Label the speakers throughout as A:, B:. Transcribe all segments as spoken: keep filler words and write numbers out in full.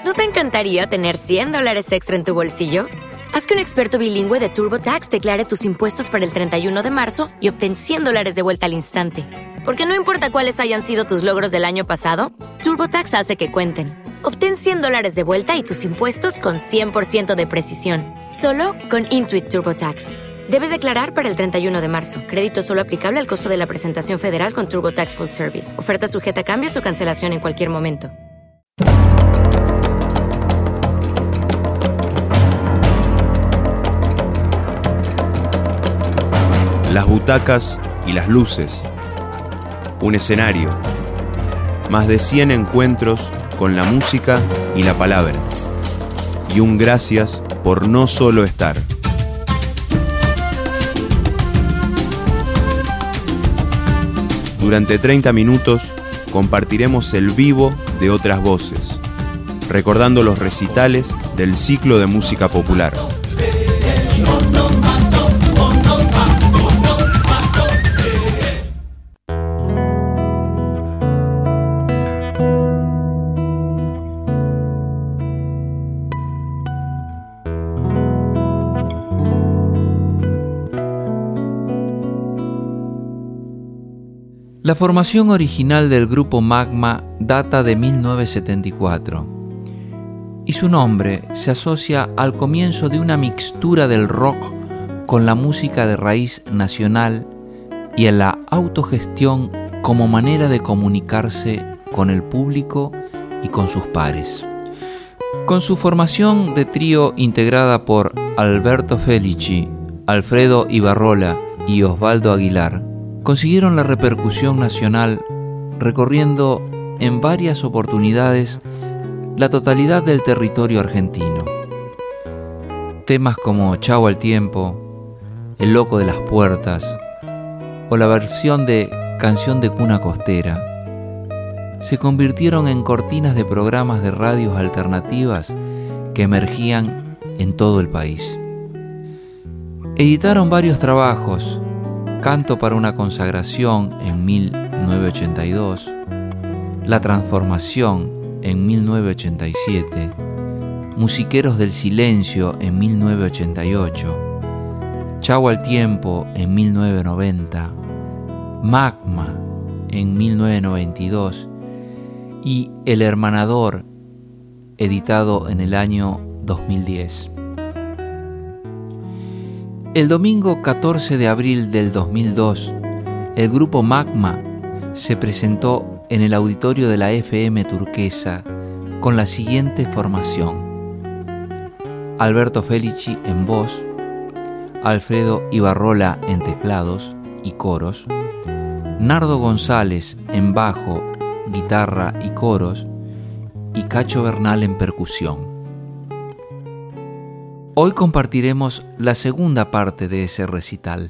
A: ¿No te encantaría tener cien dólares extra en tu bolsillo? Haz que un experto bilingüe de TurboTax declare tus impuestos para el treinta y uno de marzo y obtén cien dólares de vuelta al instante. Porque no importa cuáles hayan sido tus logros del año pasado, TurboTax hace que cuenten. Obtén cien dólares de vuelta y tus impuestos con cien por ciento de precisión. Solo con Intuit TurboTax. Debes declarar para el treinta y uno de marzo. Crédito solo aplicable al costo de la presentación federal con TurboTax Full Service. Oferta sujeta a cambios o cancelación en cualquier momento.
B: Las butacas y las luces. Un escenario. Más de cien encuentros con la música y la palabra. Y un gracias por no solo estar. Durante treinta minutos compartiremos el vivo de otras voces, recordando los recitales del ciclo de música popular.
C: La formación original del grupo Magma data de mil novecientos setenta y cuatro y su nombre se asocia al comienzo de una mixtura del rock con la música de raíz nacional y en la autogestión como manera de comunicarse con el público y con sus pares. Con su formación de trío integrada por Alberto Felici, Alfredo Ibarrola y Osvaldo Aguilar, consiguieron la repercusión nacional recorriendo en varias oportunidades la totalidad del territorio argentino. Temas como Chau al tiempo, El loco de las puertas o la versión de Canción de cuna costera se convirtieron en cortinas de programas de radios alternativas que emergían en todo el país. Editaron varios trabajos: Canto para una consagración en mil novecientos ochenta y dos, La transformación en mil novecientos ochenta y siete, Musiqueros del silencio en mil novecientos ochenta y ocho, Chau al tiempo en mil novecientos noventa, Magma en mil novecientos noventa y dos y El Hermanador, editado en el año dos mil diez. El domingo catorce de abril del dos mil dos, el grupo Magma se presentó en el auditorio de la F M Turquesa con la siguiente formación: Alberto Felici en voz, Alfredo Ibarrola en teclados y coros, Nardo González en bajo, guitarra y coros, y Cacho Bernal en percusión. Hoy compartiremos la segunda parte de ese recital.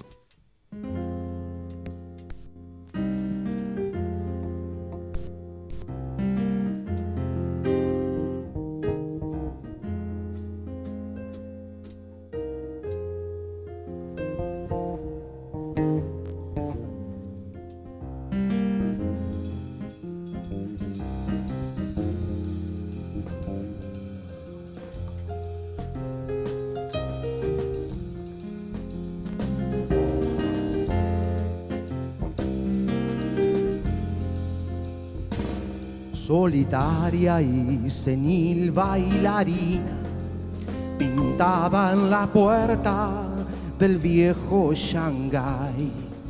D: Solitaria y senil bailarina pintaba en la puerta del viejo Shanghái.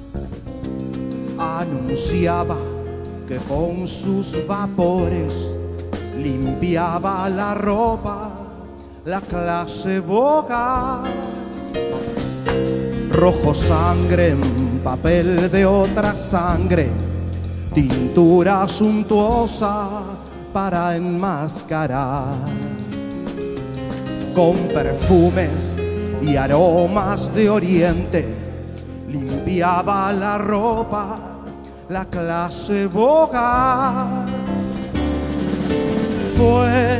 D: Anunciaba que con sus vapores limpiaba la ropa la clase vogal. Rojo sangre en papel de otra sangre, tintura suntuosa para enmascarar. Con perfumes y aromas de oriente limpiaba la ropa la clase vogal. Fue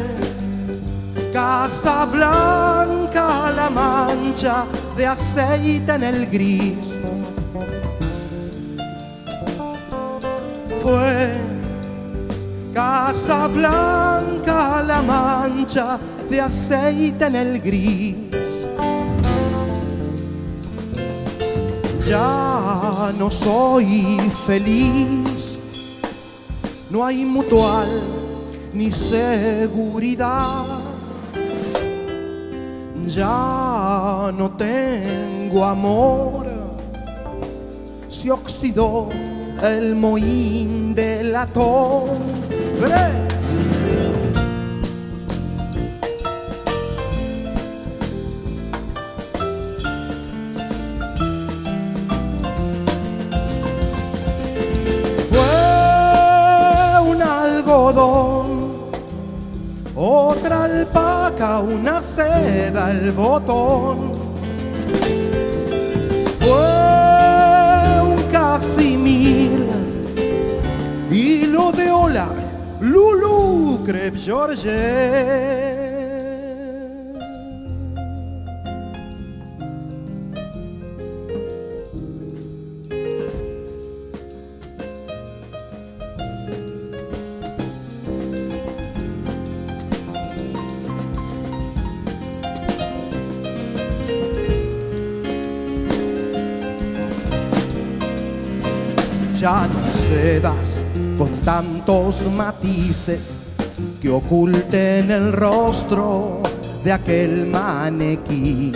D: Casablanca la mancha de aceite en el gris. Fue Casablanca la mancha mancha de aceite en el gris. Ya no soy feliz, no hay mutual ni seguridad. Ya no tengo amor, se oxidó el mohín del latón. ¡Bre! Otra alpaca, una seda, el botón. Fue un casimir, hilo de ola, Lulu, crepe George. Ya no sedas con tantos matices que oculten el rostro de aquel maniquí.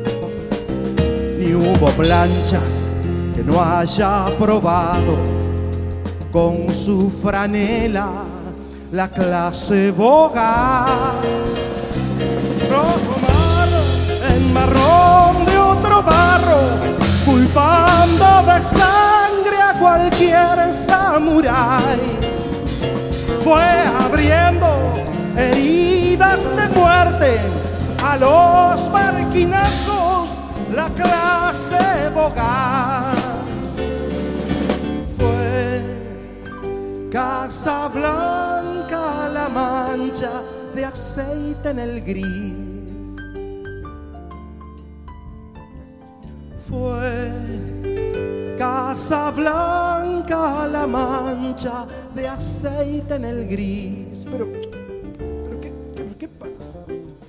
D: Ni hubo planchas que no haya probado con su franela la clase boga. Rojo mar en marrón de otro barro, culpando de sangre a cualquier samurái. Fue abriendo heridas de muerte a los barquinazos la clase boga. Fue Casablanca la mancha de aceite en el gris. Fue Casablanca la mancha de aceite en el gris. Pero, pero ¿qué, qué, qué pasa?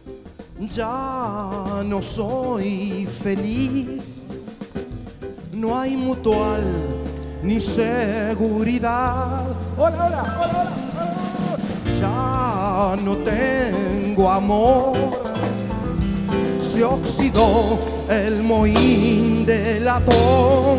D: Ya no soy feliz, no hay mutual ni seguridad. Hola, hola, hola, hola, hola. Ya no tengo amor, se oxidó el mohín de latón.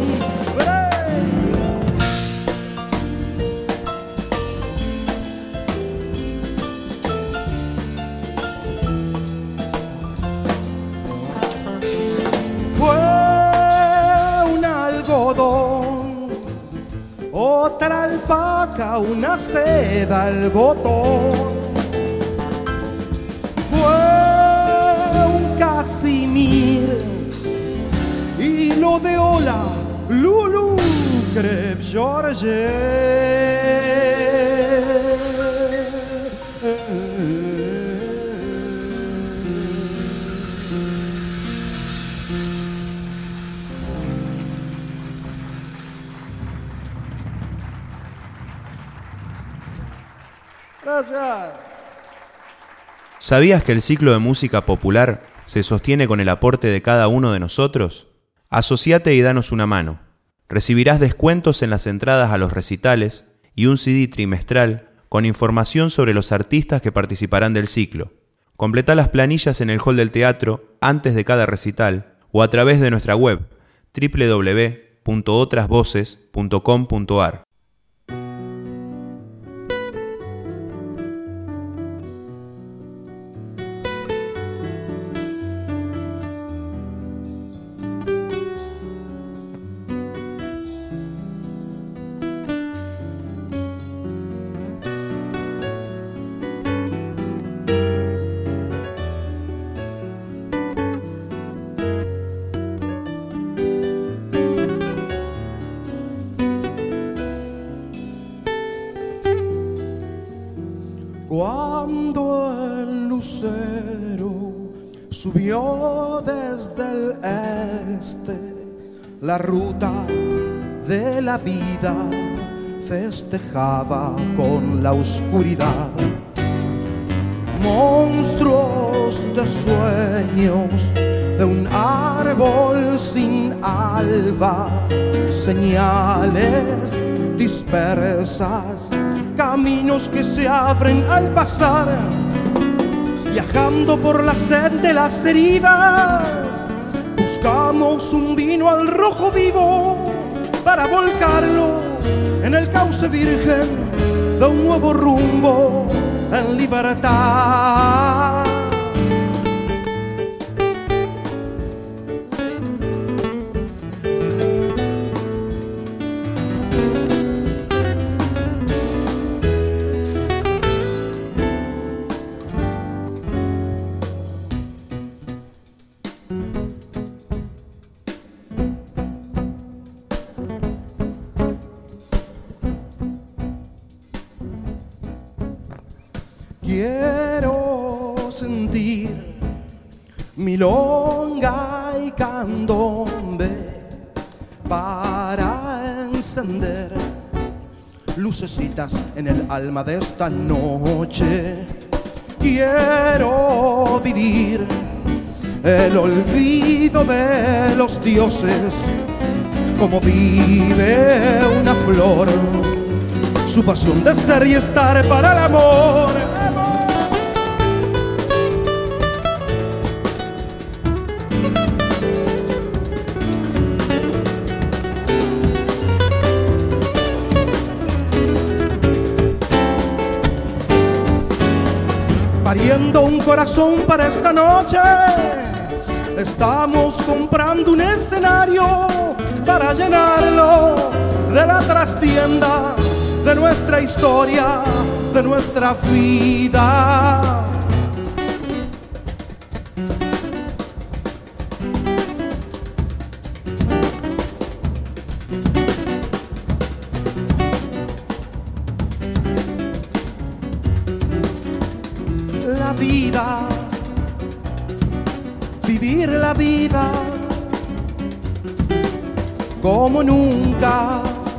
D: Fue un algodón, otra alpaca, una seda, el botón. Casimir, hilo de ola, Lulu, crepe George. Gracias.
B: ¿Sabías que el ciclo de música popular se sostiene con el aporte de cada uno de nosotros? Asociate y danos una mano. Recibirás descuentos en las entradas a los recitales y un C D trimestral con información sobre los artistas que participarán del ciclo. Completá las planillas en el hall del teatro antes de cada recital o a través de nuestra web doble u doble u doble u punto otras voces punto com punto a r.
D: Cuando el lucero subió desde el este, la ruta de la vida festejaba con la oscuridad. Montaña monstruos de sueños de un árbol sin alba, señales dispersas, caminos que se abren al pasar, viajando por la sed de las heridas. Buscamos un vino al rojo vivo para volcarlo en el cauce virgen de un nuevo rumbo en libertad. Quiero sentir milonga y candombe para encender lucecitas en el alma de esta noche. Quiero vivir el olvido de los dioses, como vive una flor, su pasión de ser y estar para el amor. Pariendo un corazón para esta noche, estamos comprando un escenario para llenarlo de la trastienda de nuestra historia, de nuestra vida. La vida, vivir la vida como nunca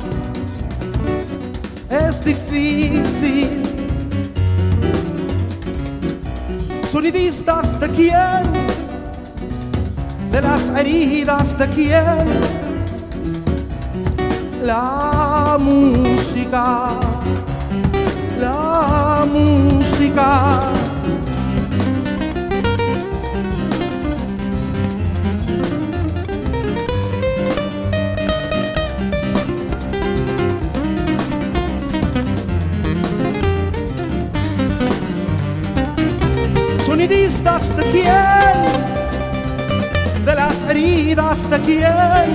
D: es difícil. Sonidistas de quién, de las heridas de quién, la música, la música. Sonidistas de quién, de las heridas de quién,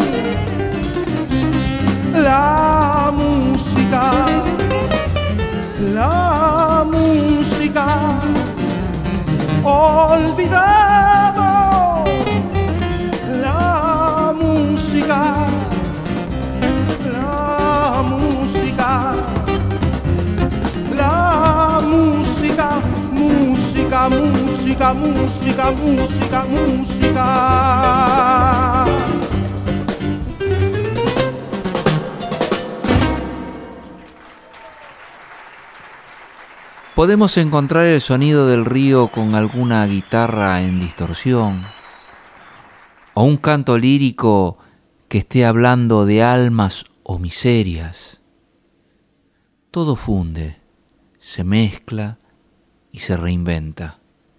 D: la música, la música, olvidado, la música, la música, la música. Música, música, música, música, música.
C: Podemos encontrar el sonido del río con alguna guitarra en distorsión, o un canto lírico que esté hablando de almas o miserias. Todo funde, se mezcla y se reinventa.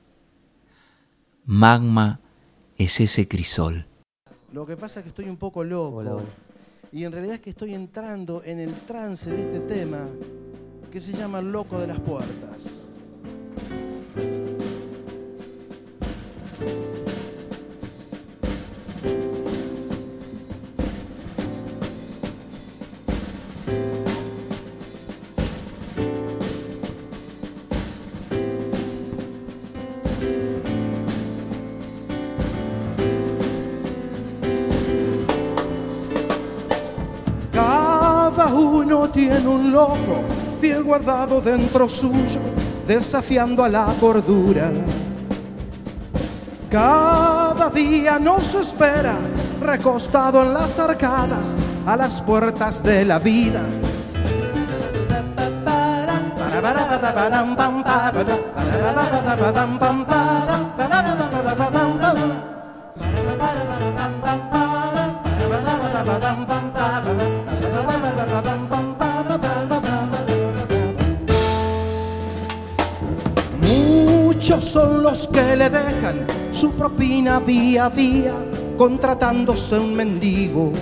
C: Magma es ese crisol.
D: Lo que pasa es que estoy un poco loco. Hola. Y en realidad es que estoy entrando en el trance de este tema que se llama Loco de las Puertas. Uno tiene un loco bien guardado dentro suyo, desafiando a la cordura. Cada día nos espera, recostado en las arcadas, a las puertas de la vida. Para, para, para, Muchos son los que le dejan su propina día a día, contratándose un mendigo.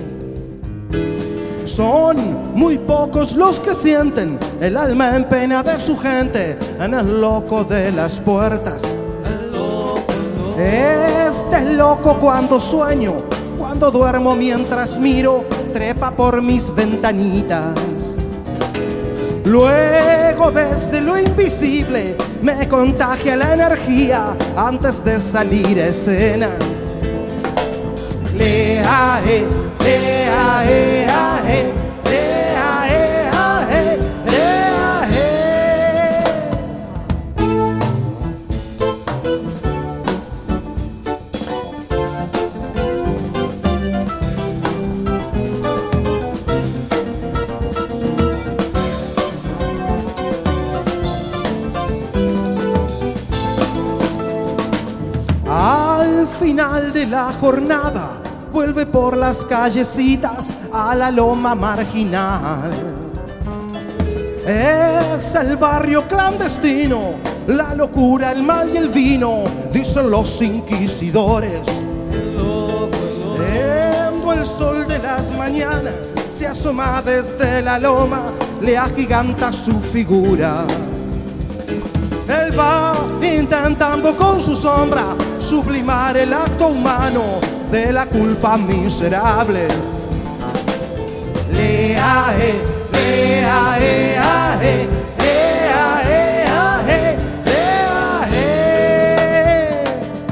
D: Son muy pocos los que sienten el alma en pena de su gente en el loco de las puertas. El loco, loco. Este loco cuando sueño, cuando duermo mientras miro, trepa por mis ventanitas. Luego desde lo invisible me contagia la energía antes de salir a escena. Le ae, le ae, ae, le ae, ae, le ae. Al final de la jornada vuelve por las callecitas a la loma marginal. Es el barrio clandestino, la locura, el mal y el vino, dicen los inquisidores. Viendo el sol de las mañanas, se asoma desde la loma, le agiganta su figura. Él va intentando con su sombra sublimar el acto humano de la culpa miserable. Le ae, le ae, ae, le ae, ae, le ae.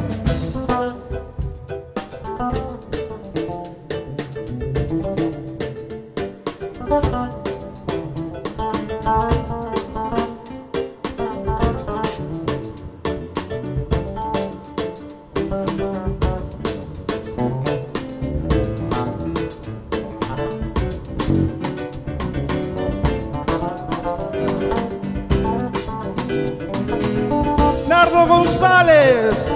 D: Nardo González.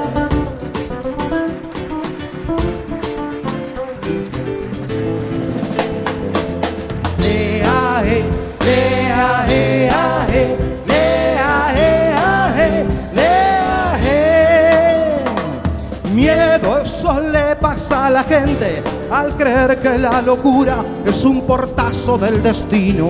D: Le ae, le ae, ae, le ae, ae, le ae. Miedo, eso le pasa a la gente al creer que la locura es un portazo del destino.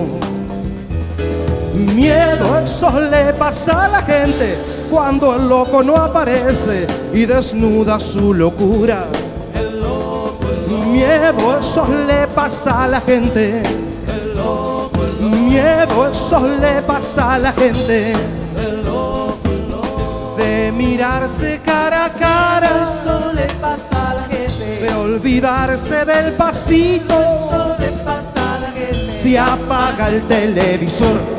D: Miedo, eso le pasa a la gente cuando el loco no aparece y desnuda su locura. El loco, el loco. Miedo, eso le pasa a la gente. El loco, el loco. Miedo, eso le pasa a la gente. El loco, el loco. De mirarse cara a cara.
E: Eso le pasa a la gente.
D: De olvidarse del pasito.
E: Eso le pasa a la gente.
D: Si apaga el televisor.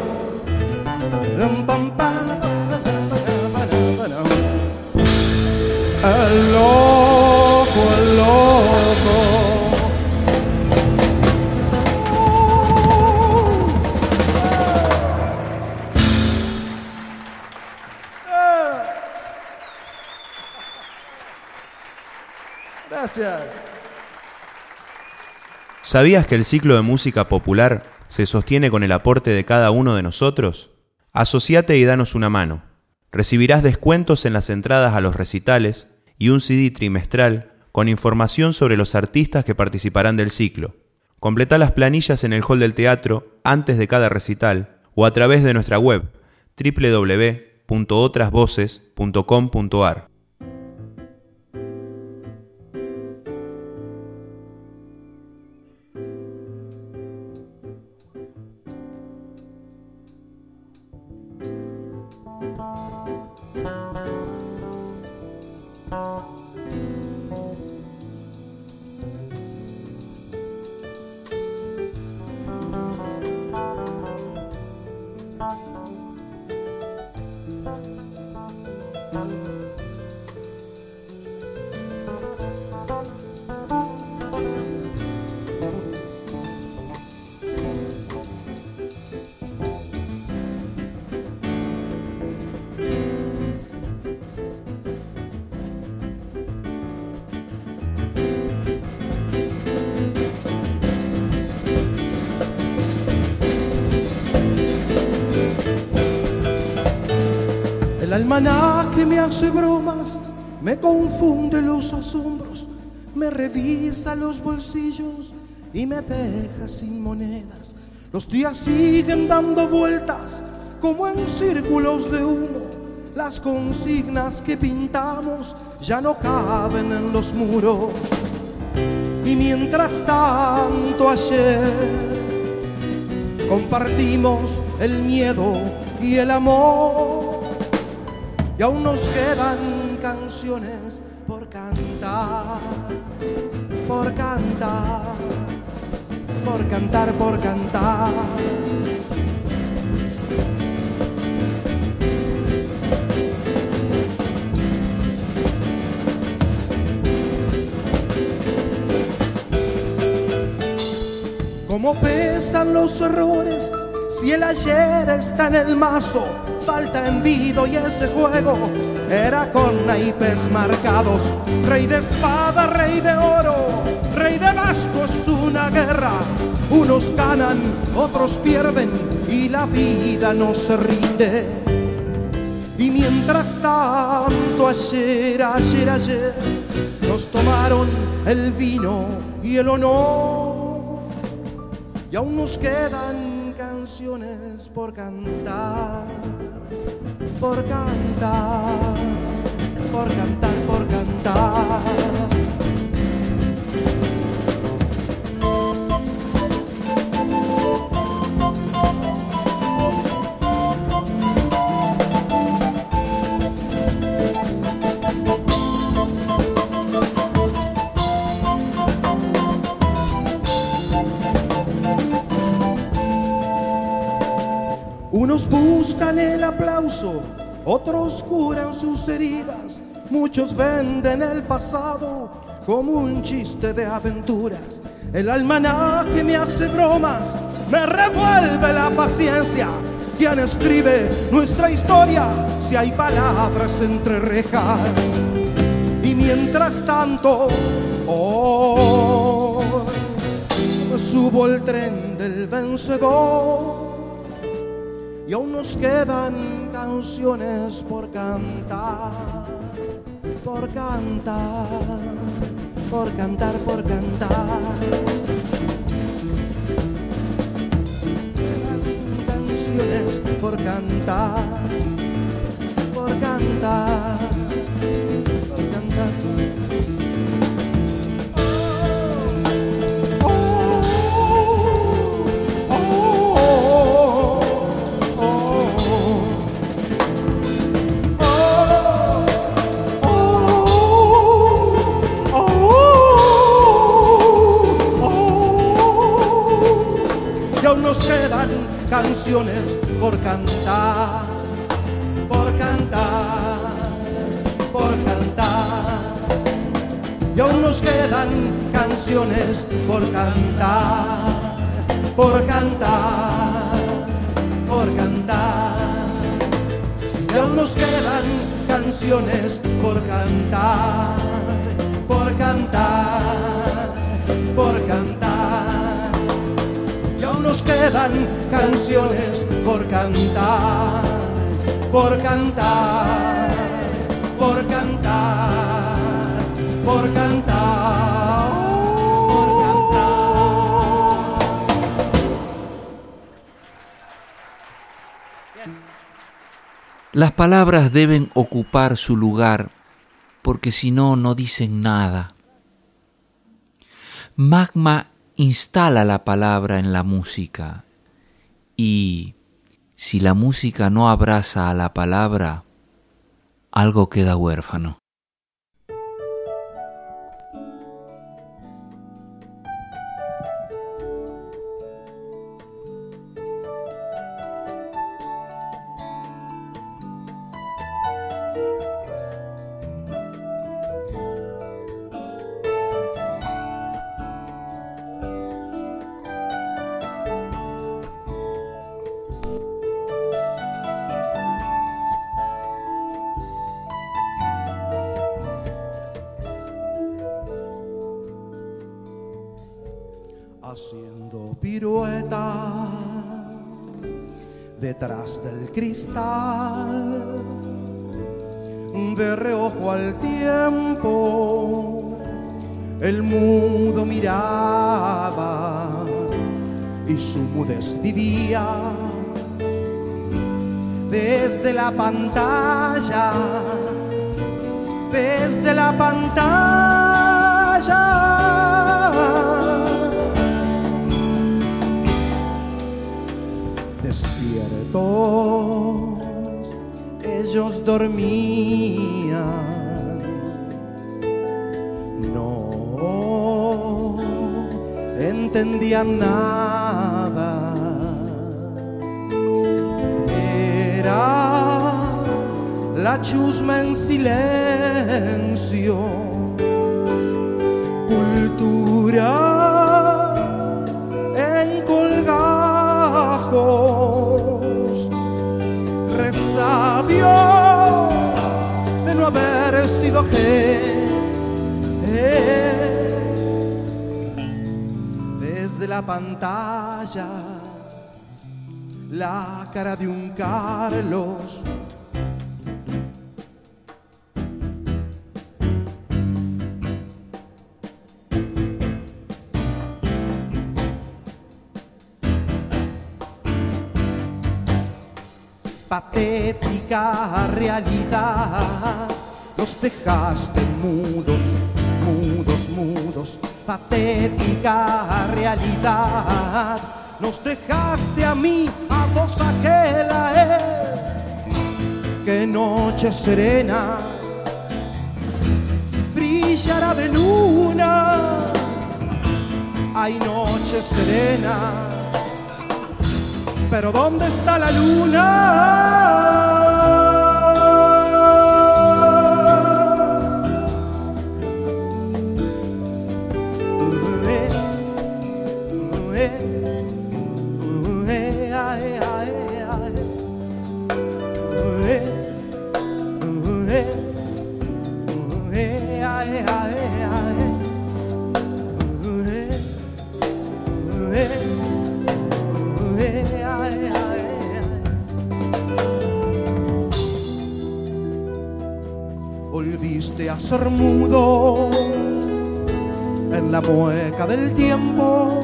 D: El loco, el loco. Gracias.
B: ¿Sabías que el ciclo de música popular se sostiene con el aporte de cada uno de nosotros? Asociate y danos una mano. Recibirás descuentos en las entradas a los recitales y un C D trimestral con información sobre los artistas que participarán del ciclo. Completá las planillas en el hall del teatro antes de cada recital o a través de nuestra web doble u doble u doble u punto otras voces punto com punto a r.
D: El almanaque me hace bromas, me confunde los asombros, me revisa los bolsillos y me deja sin monedas. Los días siguen dando vueltas como en círculos de humo. Las consignas que pintamos ya no caben en los muros. Y mientras tanto ayer compartimos el miedo y el amor, y aún nos quedan canciones por cantar, por cantar, por cantar, por cantar. Cómo pesan los errores si el ayer está en el mazo. Falta envido y ese juego era con naipes marcados. Rey de espada, rey de oro, rey de bastos, una guerra. Unos ganan, otros pierden y la vida no se rinde. Y mientras tanto ayer, ayer, ayer nos tomaron el vino y el honor. Y aún nos quedan canciones por cantar, por cantar, por cantar, por cantar. Unos buscan el aplauso, otros curan sus heridas. Muchos venden el pasado como un chiste de aventuras. El almanaque me hace bromas, me revuelve la paciencia. ¿Quién escribe nuestra historia si hay palabras entre rejas? Y mientras tanto, oh, subo el tren del vencedor. Y aún nos quedan canciones por cantar, por cantar, por cantar, por cantar. Canciones por cantar, por cantar, por cantar. Nos quedan canciones por cantar, por cantar, por cantar. Y aún nos quedan canciones por cantar, por cantar, por cantar. Y aún nos quedan canciones por cantar, por cantar, por cantar. Nos quedan canciones por cantar, por cantar, por cantar, por cantar, por cantar.
C: Las palabras deben ocupar su lugar, porque si no, no dicen nada. Magma instala la palabra en la música, y si la música no abraza a la palabra, algo queda huérfano.
D: Haciendo piruetas detrás del cristal, de reojo al tiempo, el mudo miraba y su mudez vivía. Desde la pantalla, desde la pantalla, despiertos, ellos dormían, no entendían nada. Era la chusma en silencio, cultura en colgajos. Reza a Dios de no haber sido que desde la pantalla la cara de un Carlos. Patética realidad, los dejaste mudos, mudos, mudos. Patética realidad, nos dejaste a mí, a vos, aquel, a él. Qué noche serena brillará de luna. Hay noche serena, pero ¿dónde está la luna? Volviste a ser mudo en la mueca del tiempo,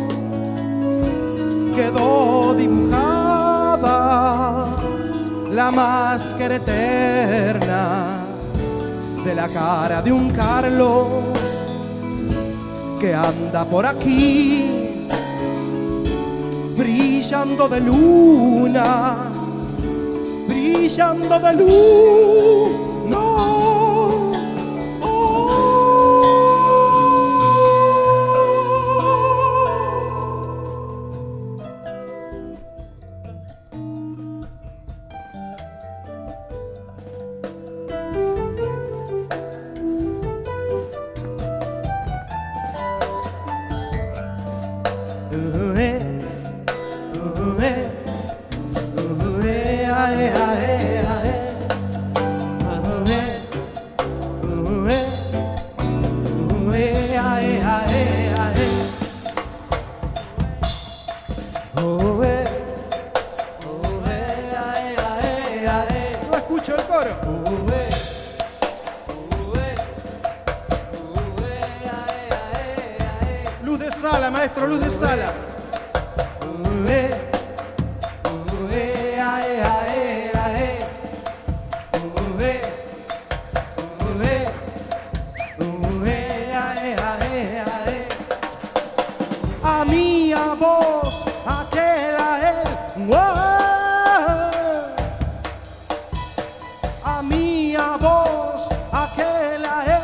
D: quedó dibujada la máscara eterna de la cara de un Carlos que anda por aquí brillando de luna, brillando de luz. No. Luz de sala, maestro, luz de sala. A mí, a vos, a aquel, a él. A mí, a vos, a aquel, a él.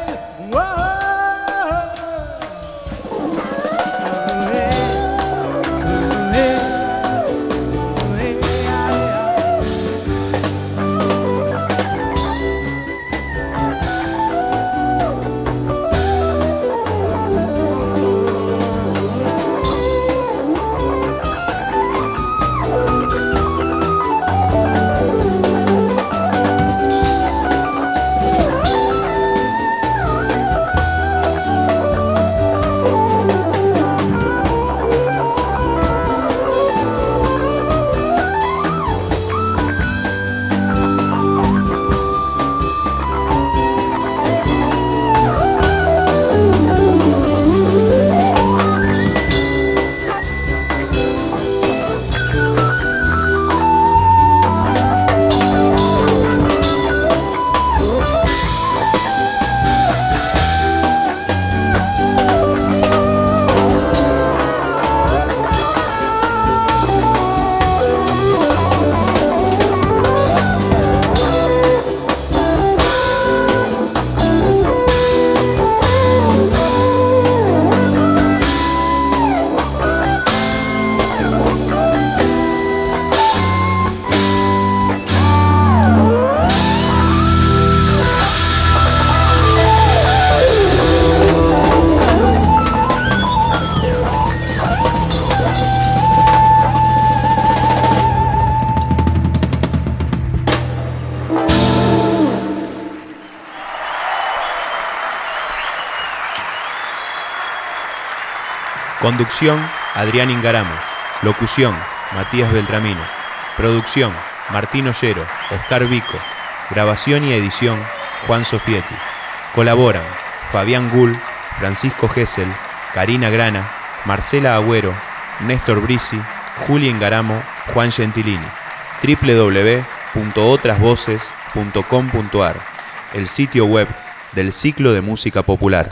B: Conducción, Adrián Ingaramo. Locución, Matías Beltramino. Producción, Martín Ollero, Oscar Vico. Grabación y edición, Juan Sofietti. Colaboran Fabián Gull, Francisco Gesell, Karina Grana, Marcela Agüero, Néstor Brisi, Juli Ingaramo, Juan Gentilini. doble u doble u doble u punto otras voces punto com punto a r, el sitio web del ciclo de música popular.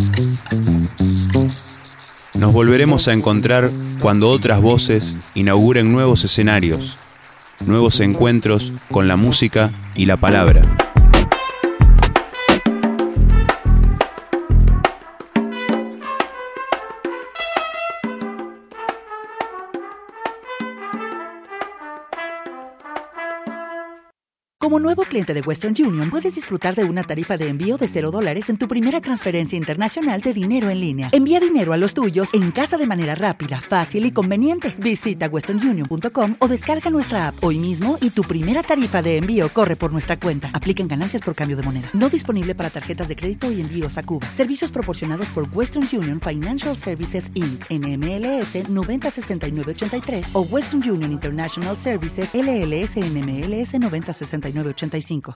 B: Nos volveremos a encontrar cuando Otras Voces inauguren nuevos escenarios, nuevos encuentros con la música y la palabra.
F: Como nuevo cliente de Western Union, puedes disfrutar de una tarifa de envío de cero dólares en tu primera transferencia internacional de dinero en línea. Envía dinero a los tuyos en casa de manera rápida, fácil y conveniente. Visita western union punto com o descarga nuestra app hoy mismo y tu primera tarifa de envío corre por nuestra cuenta. Aplican ganancias por cambio de moneda. No disponible para tarjetas de crédito y envíos a Cuba. Servicios proporcionados por Western Union Financial Services incorporated. N M L S noventa sesenta y nueve ochenta y tres o Western Union International Services L L S N M L S noventa sesenta y nueve ochenta y cinco.